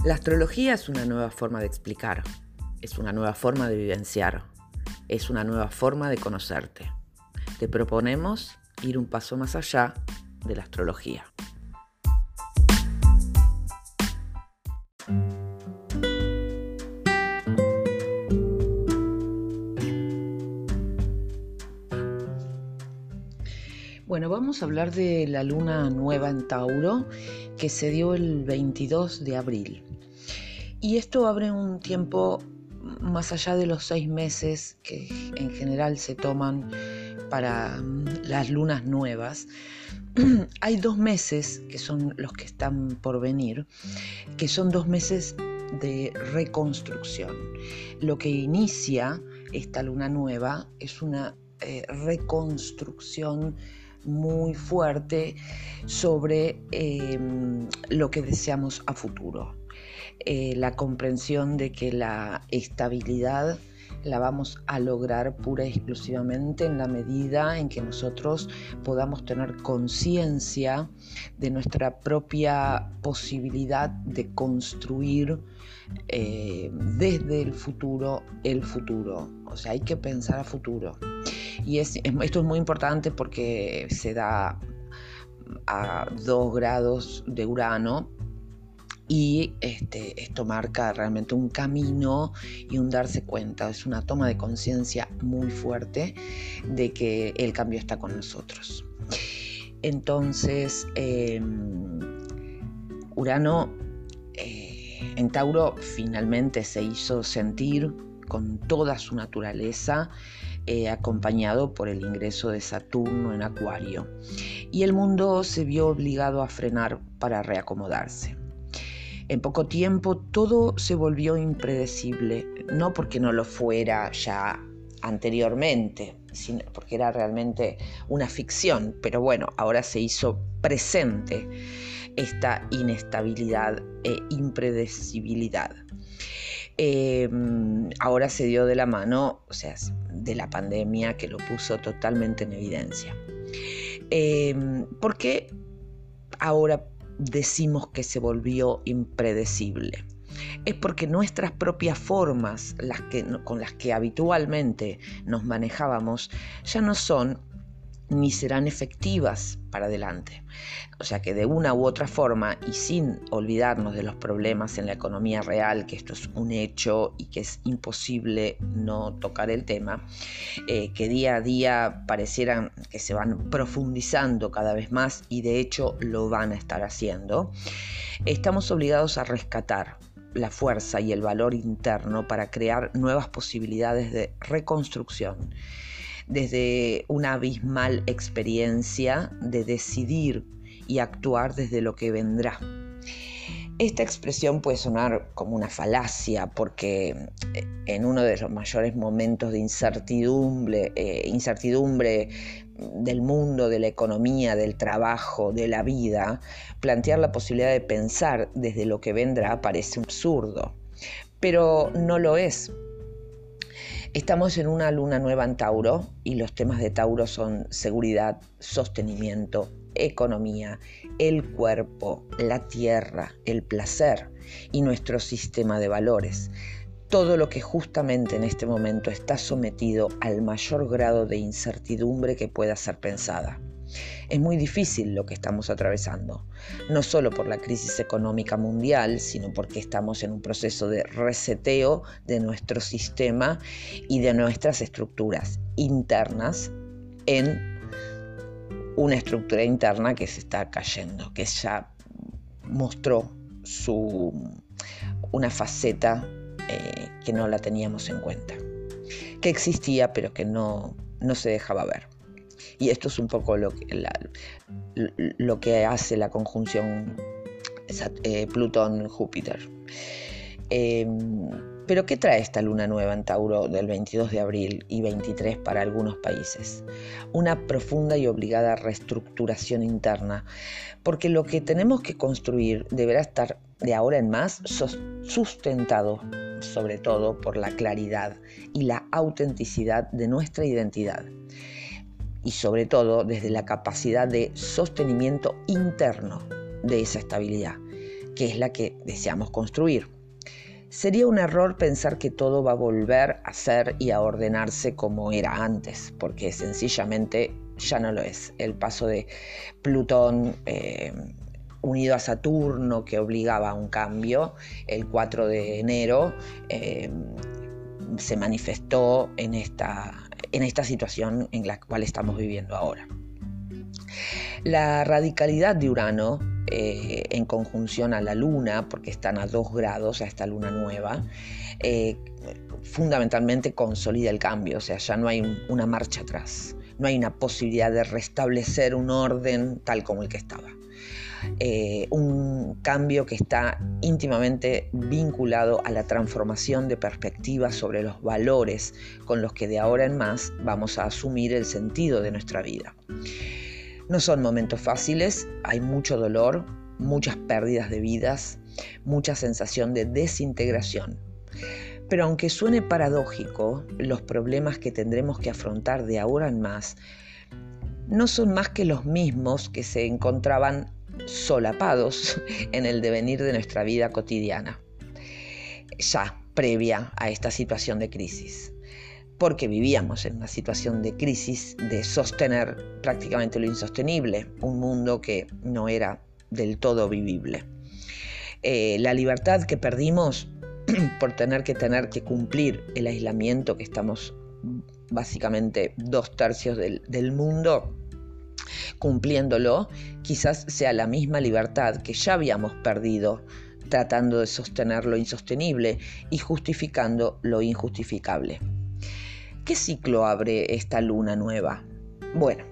La astrología es una nueva forma de explicar, es una nueva forma de vivenciar, es una nueva forma de conocerte. Te proponemos ir un paso más allá de la astrología. Bueno, vamos a hablar de la luna nueva en Tauro que se dio el 22 de abril. Y esto abre un tiempo más allá de los 6 meses que en general se toman para las lunas nuevas. Hay 2 meses, que son los que están por venir, que son 2 meses de reconstrucción. Lo que inicia esta luna nueva es una reconstrucción muy fuerte sobre lo que deseamos a futuro. La comprensión de que la estabilidad la vamos a lograr pura y exclusivamente en la medida en que nosotros podamos tener conciencia de nuestra propia posibilidad de construir desde el futuro. O sea, hay que pensar a futuro. Y esto es muy importante porque se da a 2 grados de Urano. Y esto marca realmente un camino y un darse cuenta, es una toma de conciencia muy fuerte de que el cambio está con nosotros. Entonces, Urano en Tauro finalmente se hizo sentir con toda su naturaleza, acompañado por el ingreso de Saturno en Acuario. Y el mundo se vio obligado a frenar para reacomodarse. En poco tiempo todo se volvió impredecible, no porque no lo fuera ya anteriormente, sino porque era realmente una ficción, pero bueno, ahora se hizo presente esta inestabilidad e impredecibilidad. Ahora se dio de la mano, o sea, de la pandemia que lo puso totalmente en evidencia. ¿Por qué ahora decimos que se volvió impredecible? Es porque nuestras propias formas, con las que habitualmente nos manejábamos, ya no son ni serán efectivas para adelante. O sea que de una u otra forma, y sin olvidarnos de los problemas en la economía real, que esto es un hecho y que es imposible no tocar el tema, que día a día parecieran que se van profundizando cada vez más, y de hecho lo van a estar haciendo, estamos obligados a rescatar la fuerza y el valor interno para crear nuevas posibilidades de reconstrucción, desde una abismal experiencia de decidir y actuar desde lo que vendrá. Esta expresión puede sonar como una falacia porque en uno de los mayores momentos de incertidumbre del mundo, de la economía, del trabajo, de la vida, plantear la posibilidad de pensar desde lo que vendrá parece absurdo, pero no lo es. Estamos en una luna nueva en Tauro y los temas de Tauro son seguridad, sostenimiento, economía, el cuerpo, la tierra, el placer y nuestro sistema de valores. Todo lo que justamente en este momento está sometido al mayor grado de incertidumbre que pueda ser pensada. Es muy difícil lo que estamos atravesando, no solo por la crisis económica mundial, sino porque estamos en un proceso de reseteo de nuestro sistema y de nuestras estructuras internas en una estructura interna que se está cayendo, que ya mostró una faceta que no la teníamos en cuenta, que existía pero que no se dejaba ver. Y esto es un poco lo que hace la conjunción Plutón-Júpiter. Pero ¿qué trae esta luna nueva en Tauro del 22 de abril y 23 para algunos países? Una profunda y obligada reestructuración interna, porque lo que tenemos que construir deberá estar de ahora en más sustentado sobre todo por la claridad y la autenticidad de nuestra identidad. Y sobre todo desde la capacidad de sostenimiento interno de esa estabilidad. que es la que deseamos construir. Sería un error pensar que todo va a volver a ser y a ordenarse como era antes, porque sencillamente ya no lo es. El paso de Plutón unido a Saturno, que obligaba a un cambio, el 4 de enero se manifestó en esta situación en la cual estamos viviendo ahora. La radicalidad de Urano en conjunción a la Luna, porque están a 2 grados a esta luna nueva, fundamentalmente consolida el cambio, o sea, ya no hay una marcha atrás, no hay una posibilidad de restablecer un orden tal como el que estaba. Un cambio que está íntimamente vinculado a la transformación de perspectivas sobre los valores con los que de ahora en más vamos a asumir el sentido de nuestra vida. No son momentos fáciles, hay mucho dolor, muchas pérdidas de vidas, mucha sensación de desintegración. Pero aunque suene paradójico, los problemas que tendremos que afrontar de ahora en más no son más que los mismos que se encontraban solapados en el devenir de nuestra vida cotidiana, ya previa a esta situación de crisis, porque vivíamos en una situación de crisis de sostener prácticamente lo insostenible, un mundo que no era del todo vivible. La libertad que perdimos por tener que cumplir el aislamiento que estamos básicamente 2/3 del mundo cumpliéndolo, quizás sea la misma libertad que ya habíamos perdido tratando de sostener lo insostenible y justificando lo injustificable. ¿Qué ciclo abre esta luna nueva? Bueno,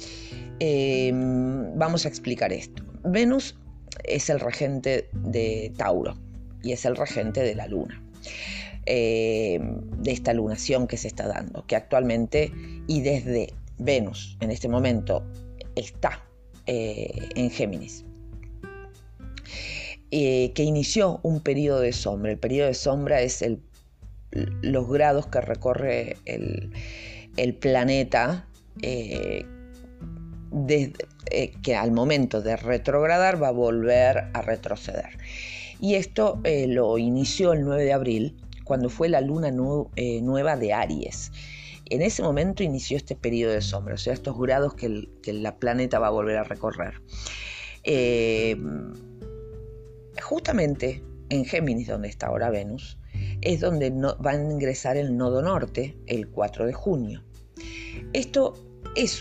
vamos a explicar esto. Venus es el regente de Tauro y es el regente de la luna, de esta lunación que se está dando, que actualmente y desde Venus en este momento está en Géminis, que inició un periodo de sombra. El periodo de sombra es los grados que recorre el planeta que al momento de retrogradar va a volver a retroceder. Y esto lo inició el 9 de abril, cuando fue la luna nueva de Aries. En ese momento inició este periodo de sombra, o sea, estos grados que el planeta va a volver a recorrer. Justamente en Géminis, donde está ahora Venus, es donde va a ingresar el nodo norte el 4 de junio. Esto es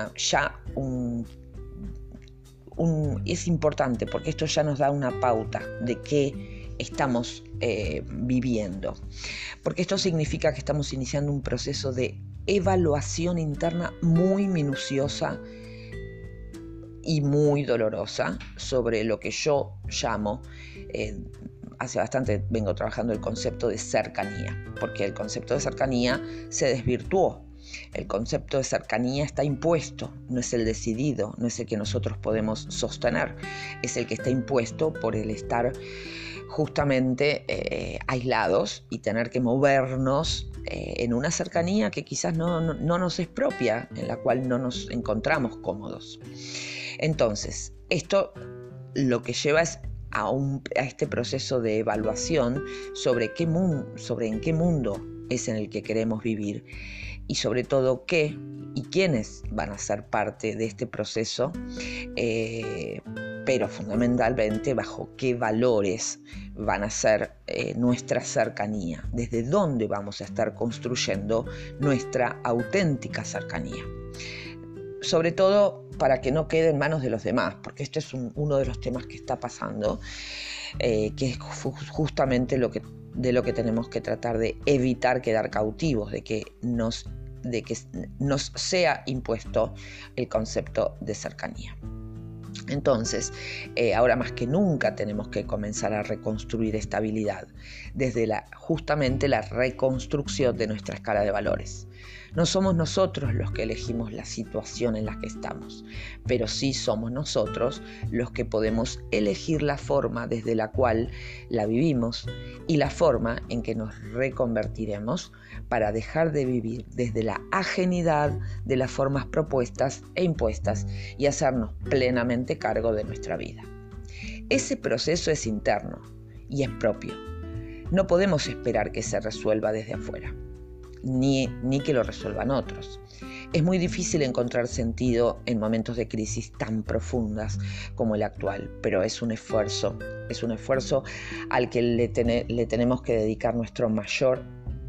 es importante porque esto ya nos da una pauta de qué estamos viviendo, porque esto significa que estamos iniciando un proceso de evaluación interna muy minuciosa y muy dolorosa sobre lo que yo llamo, hace bastante vengo trabajando el concepto de cercanía, porque el concepto de cercanía se desvirtuó. El concepto de cercanía está impuesto, no es el decidido, no es el que nosotros podemos sostener, es el que está impuesto por el estar justamente aislados y tener que movernos en una cercanía que quizás no nos es propia, en la cual no nos encontramos cómodos. Entonces, esto lo que lleva es a este proceso de evaluación sobre en qué mundo es en el que queremos vivir y sobre todo qué y quiénes van a ser parte de este proceso, pero fundamentalmente bajo qué valores van a ser nuestra cercanía, desde dónde vamos a estar construyendo nuestra auténtica cercanía. Sobre todo para que no quede en manos de los demás, porque este es uno de los temas que está pasando, que es justamente de lo que tenemos que tratar de evitar quedar cautivos, de que nos sea impuesto el concepto de cercanía. Entonces, ahora más que nunca tenemos que comenzar a reconstruir estabilidad desde justamente la reconstrucción de nuestra escala de valores. No somos nosotros los que elegimos la situación en la que estamos, pero sí somos nosotros los que podemos elegir la forma desde la cual la vivimos y la forma en que nos reconvertiremos para dejar de vivir desde la ajenidad de las formas propuestas e impuestas y hacernos plenamente cargo de nuestra vida. Ese proceso es interno y es propio. No podemos esperar que se resuelva desde afuera, ni que lo resuelvan otros. Es muy difícil encontrar sentido en momentos de crisis tan profundas como el actual, pero es un esfuerzo al que le tenemos que dedicar nuestra mayor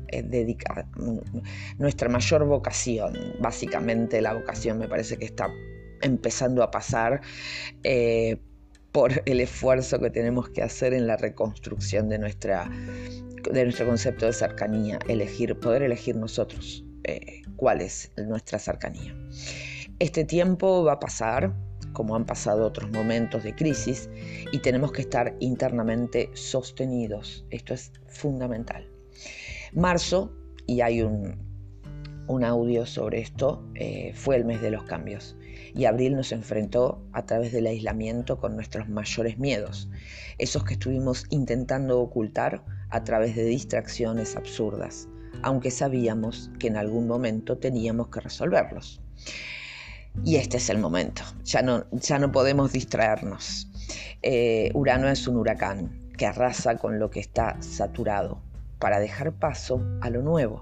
vocación. Básicamente la vocación me parece que está empezando a pasar por el esfuerzo que tenemos que hacer en la reconstrucción de nuestro concepto de cercanía, poder elegir nosotros cuál es nuestra cercanía. Este tiempo va a pasar, como han pasado otros momentos de crisis, y tenemos que estar internamente sostenidos. Esto es fundamental. Marzo, y hay un audio sobre esto, fue el mes de los cambios. Y abril nos enfrentó a través del aislamiento con nuestros mayores miedos, esos que estuvimos intentando ocultar a través de distracciones absurdas, aunque sabíamos que en algún momento teníamos que resolverlos. Y este es el momento, ya no podemos distraernos. Urano es un huracán que arrasa con lo que está saturado para dejar paso a lo nuevo.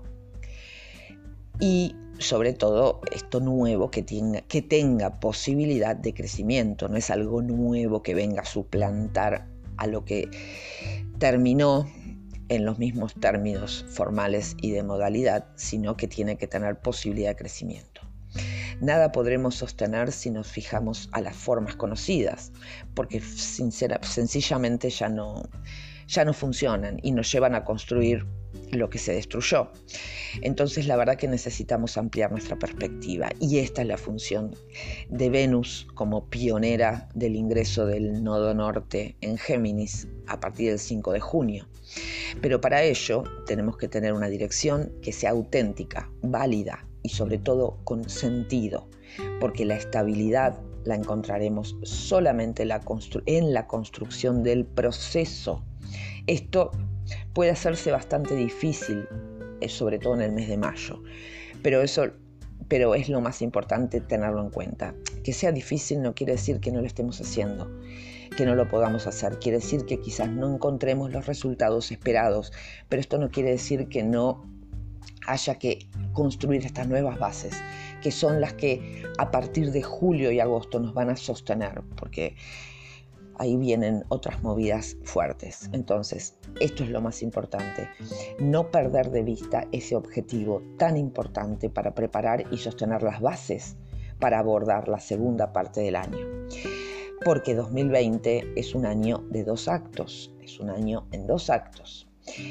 Y sobre todo esto nuevo que tenga posibilidad de crecimiento, no es algo nuevo que venga a suplantar a lo que terminó en los mismos términos formales y de modalidad, sino que tiene que tener posibilidad de crecimiento. Nada podremos sostener si nos fijamos a las formas conocidas, porque sencillamente ya no funcionan y nos llevan a construir lo que se destruyó. Entonces la verdad que necesitamos ampliar nuestra perspectiva, y esta es la función de Venus como pionera del ingreso del nodo norte en Géminis a partir del 5 de junio. Pero para ello tenemos que tener una dirección que sea auténtica, válida y sobre todo con sentido, porque la estabilidad la encontraremos solamente en la construcción del proceso. Esto puede hacerse bastante difícil, sobre todo en el mes de mayo, pero es lo más importante tenerlo en cuenta. Que sea difícil no quiere decir que no lo estemos haciendo, que no lo podamos hacer. Quiere decir que quizás no encontremos los resultados esperados, pero esto no quiere decir que no haya que construir estas nuevas bases, que son las que a partir de julio y agosto nos van a sostener, porque ahí vienen otras movidas fuertes. Entonces, esto es lo más importante, no perder de vista ese objetivo tan importante para preparar y sostener las bases para abordar la segunda parte del año. Porque 2020 es un año de 2 actos, es un año en 2 actos.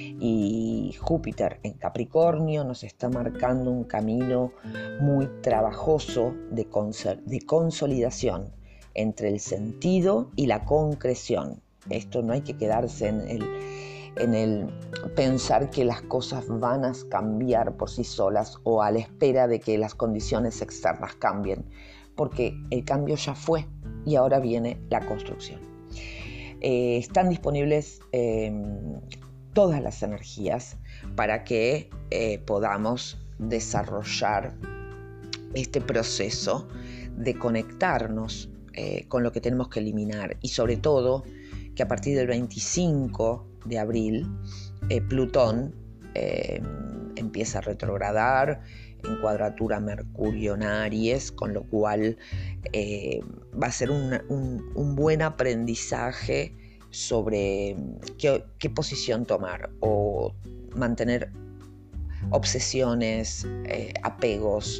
Y Júpiter en Capricornio nos está marcando un camino muy trabajoso de consolidación entre el sentido y la concreción. Esto no hay que quedarse en el pensar que las cosas van a cambiar por sí solas o a la espera de que las condiciones externas cambien, porque el cambio ya fue y ahora viene la construcción. Están disponibles todas las energías para que podamos desarrollar este proceso de conectarnos con lo que tenemos que eliminar, y sobre todo que a partir del 25 de abril Plutón empieza a retrogradar en cuadratura Mercurio en Aries, con lo cual va a ser un buen aprendizaje sobre qué posición tomar o mantener obsesiones, apegos,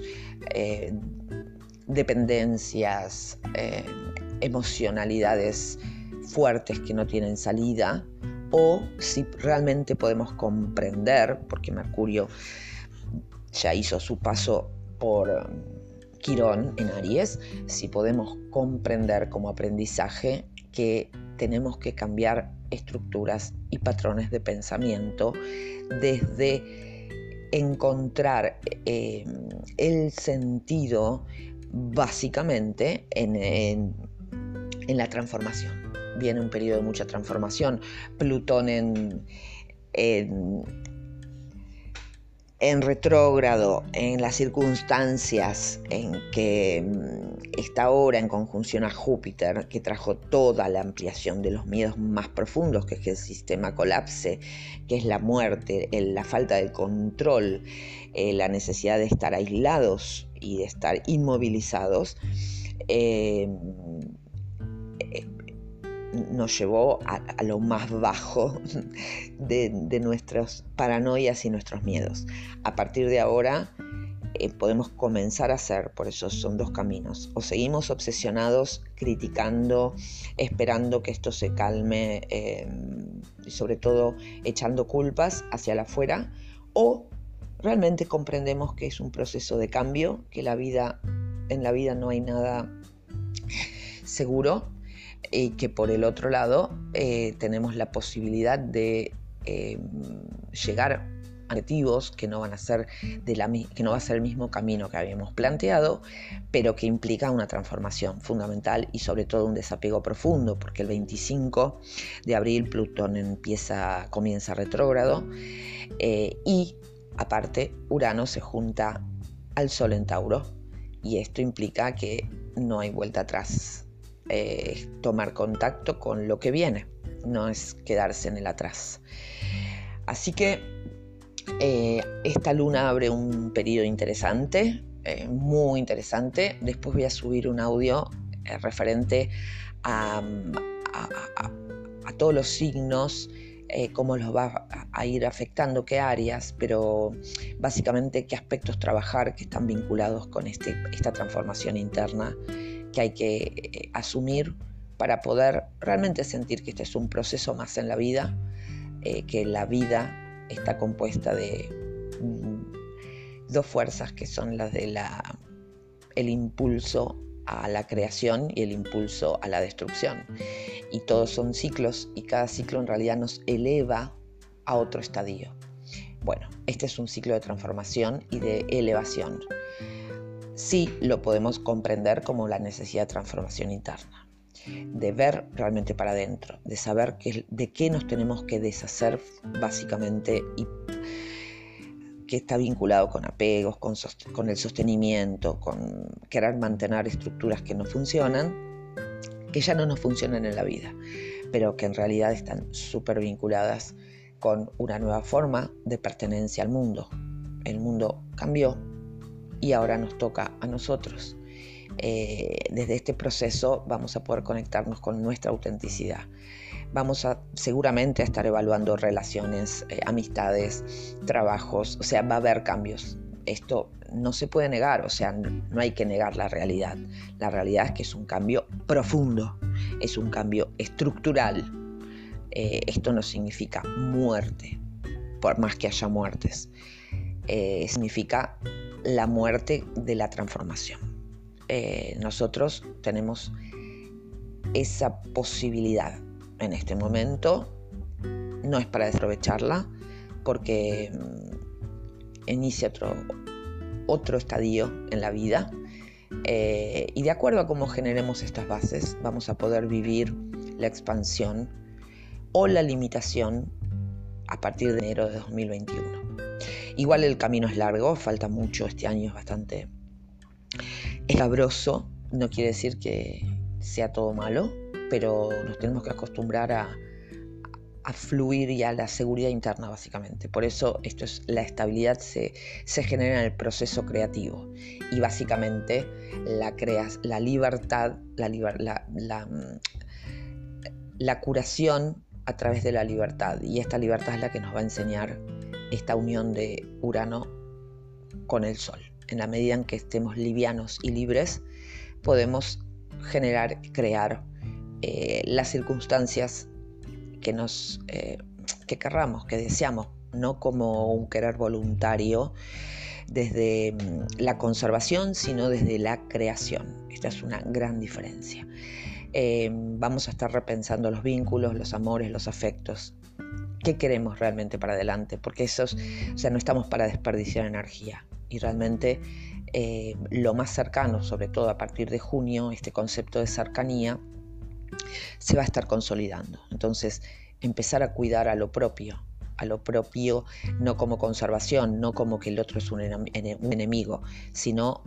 dependencias, emocionalidades fuertes que no tienen salida, o si realmente podemos comprender, porque Mercurio ya hizo su paso por Quirón en Aries, si podemos comprender como aprendizaje que tenemos que cambiar estructuras y patrones de pensamiento desde encontrar el sentido básicamente en la transformación. Viene un periodo de mucha transformación. Plutón en en retrógrado, en las circunstancias en que está ahora en conjunción a Júpiter, que trajo toda la ampliación de los miedos más profundos, que es que el sistema colapse, que es la muerte, la falta de control, la necesidad de estar aislados y de estar inmovilizados, nos llevó a lo más bajo de nuestras paranoias y nuestros miedos. A partir de ahora podemos comenzar a hacer, por eso son dos caminos: o seguimos obsesionados, criticando, esperando que esto se calme, y sobre todo echando culpas hacia el afuera, o realmente comprendemos que es un proceso de cambio, que en la vida no hay nada seguro, y que por el otro lado tenemos la posibilidad de llegar a objetivos que no van a ser que no va a ser el mismo camino que habíamos planteado, pero que implica una transformación fundamental y sobre todo un desapego profundo, porque el 25 de abril Plutón comienza retrógrado, y aparte Urano se junta al Sol en Tauro, y esto implica que no hay vuelta atrás. Tomar contacto con lo que viene, no es quedarse en el atrás. Así que esta luna abre un periodo interesante, muy interesante. Después voy a subir un audio referente a todos los signos, cómo los va a ir afectando, qué áreas, pero básicamente qué aspectos trabajar que están vinculados con esta transformación interna que hay que asumir para poder realmente sentir que este es un proceso más en la vida, que la vida está compuesta de dos fuerzas, que son las de el impulso a la creación y el impulso a la destrucción. Y todos son ciclos, y cada ciclo en realidad nos eleva a otro estadio. Bueno, este es un ciclo de transformación y de elevación. Sí lo podemos comprender como la necesidad de transformación interna, de ver realmente para adentro, de saber de qué nos tenemos que deshacer básicamente, y que está vinculado con apegos, con el sostenimiento, con querer mantener estructuras que no funcionan, que ya no nos funcionan en la vida, pero que en realidad están súper vinculadas con una nueva forma de pertenencia al mundo. El mundo cambió y ahora nos toca a nosotros. Desde este proceso vamos a poder conectarnos con nuestra autenticidad. Vamos seguramente a estar evaluando relaciones, amistades, trabajos, o sea, va a haber cambios. Esto no se puede negar, o sea, no hay que negar la realidad. La realidad es que es un cambio profundo, es un cambio estructural. Esto no significa muerte, por más que haya muertes. Significa la muerte de la transformación. Nosotros tenemos esa posibilidad en este momento. No es para desaprovecharla, porque inicia otro estadio en la vida, y de acuerdo a cómo generemos estas bases vamos a poder vivir la expansión o la limitación a partir de enero de 2021. Igual el camino es largo, falta mucho, este año es bastante escabroso, no quiere decir que sea todo malo, pero nos tenemos que acostumbrar a fluir y a la seguridad interna, básicamente. Por eso la estabilidad se genera en el proceso creativo, y básicamente la libertad, la curación a través de la libertad, y esta libertad es la que nos va a enseñar esta unión de Urano con el Sol. En la medida en que estemos livianos y libres, podemos crear las circunstancias que querramos, que deseamos, no como un querer voluntario desde la conservación, sino desde la creación. Esta es una gran diferencia. Vamos a estar repensando los vínculos, los amores, los afectos. ¿Qué queremos realmente para adelante? Porque no estamos para desperdiciar energía. Y realmente lo más cercano, sobre todo a partir de junio, este concepto de cercanía se va a estar consolidando. Entonces, empezar a cuidar a lo propio, a lo propio, no como conservación, no como que el otro es un enemigo, sino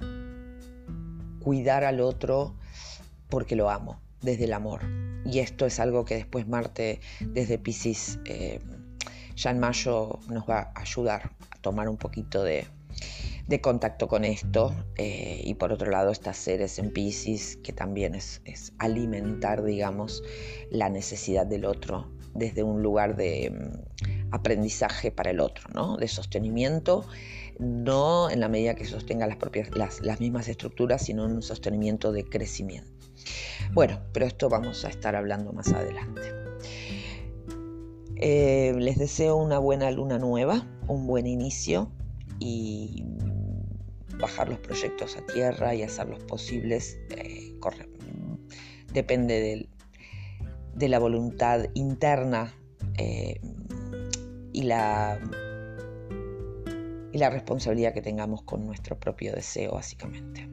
cuidar al otro porque lo amo, desde el amor. Y esto es algo que después Marte, desde Piscis, ya en mayo nos va a ayudar a tomar un poquito de contacto con esto. Y por otro lado está Ceres en Piscis, que también es alimentar, digamos, la necesidad del otro desde un lugar de aprendizaje para el otro, ¿no? De sostenimiento, no en la medida que sostenga las mismas estructuras, sino en un sostenimiento de crecimiento. Bueno, pero esto vamos a estar hablando más adelante. Les deseo una buena luna nueva, un buen inicio, y bajar los proyectos a tierra y hacer los posibles. Depende de la voluntad interna y la responsabilidad que tengamos con nuestro propio deseo, básicamente.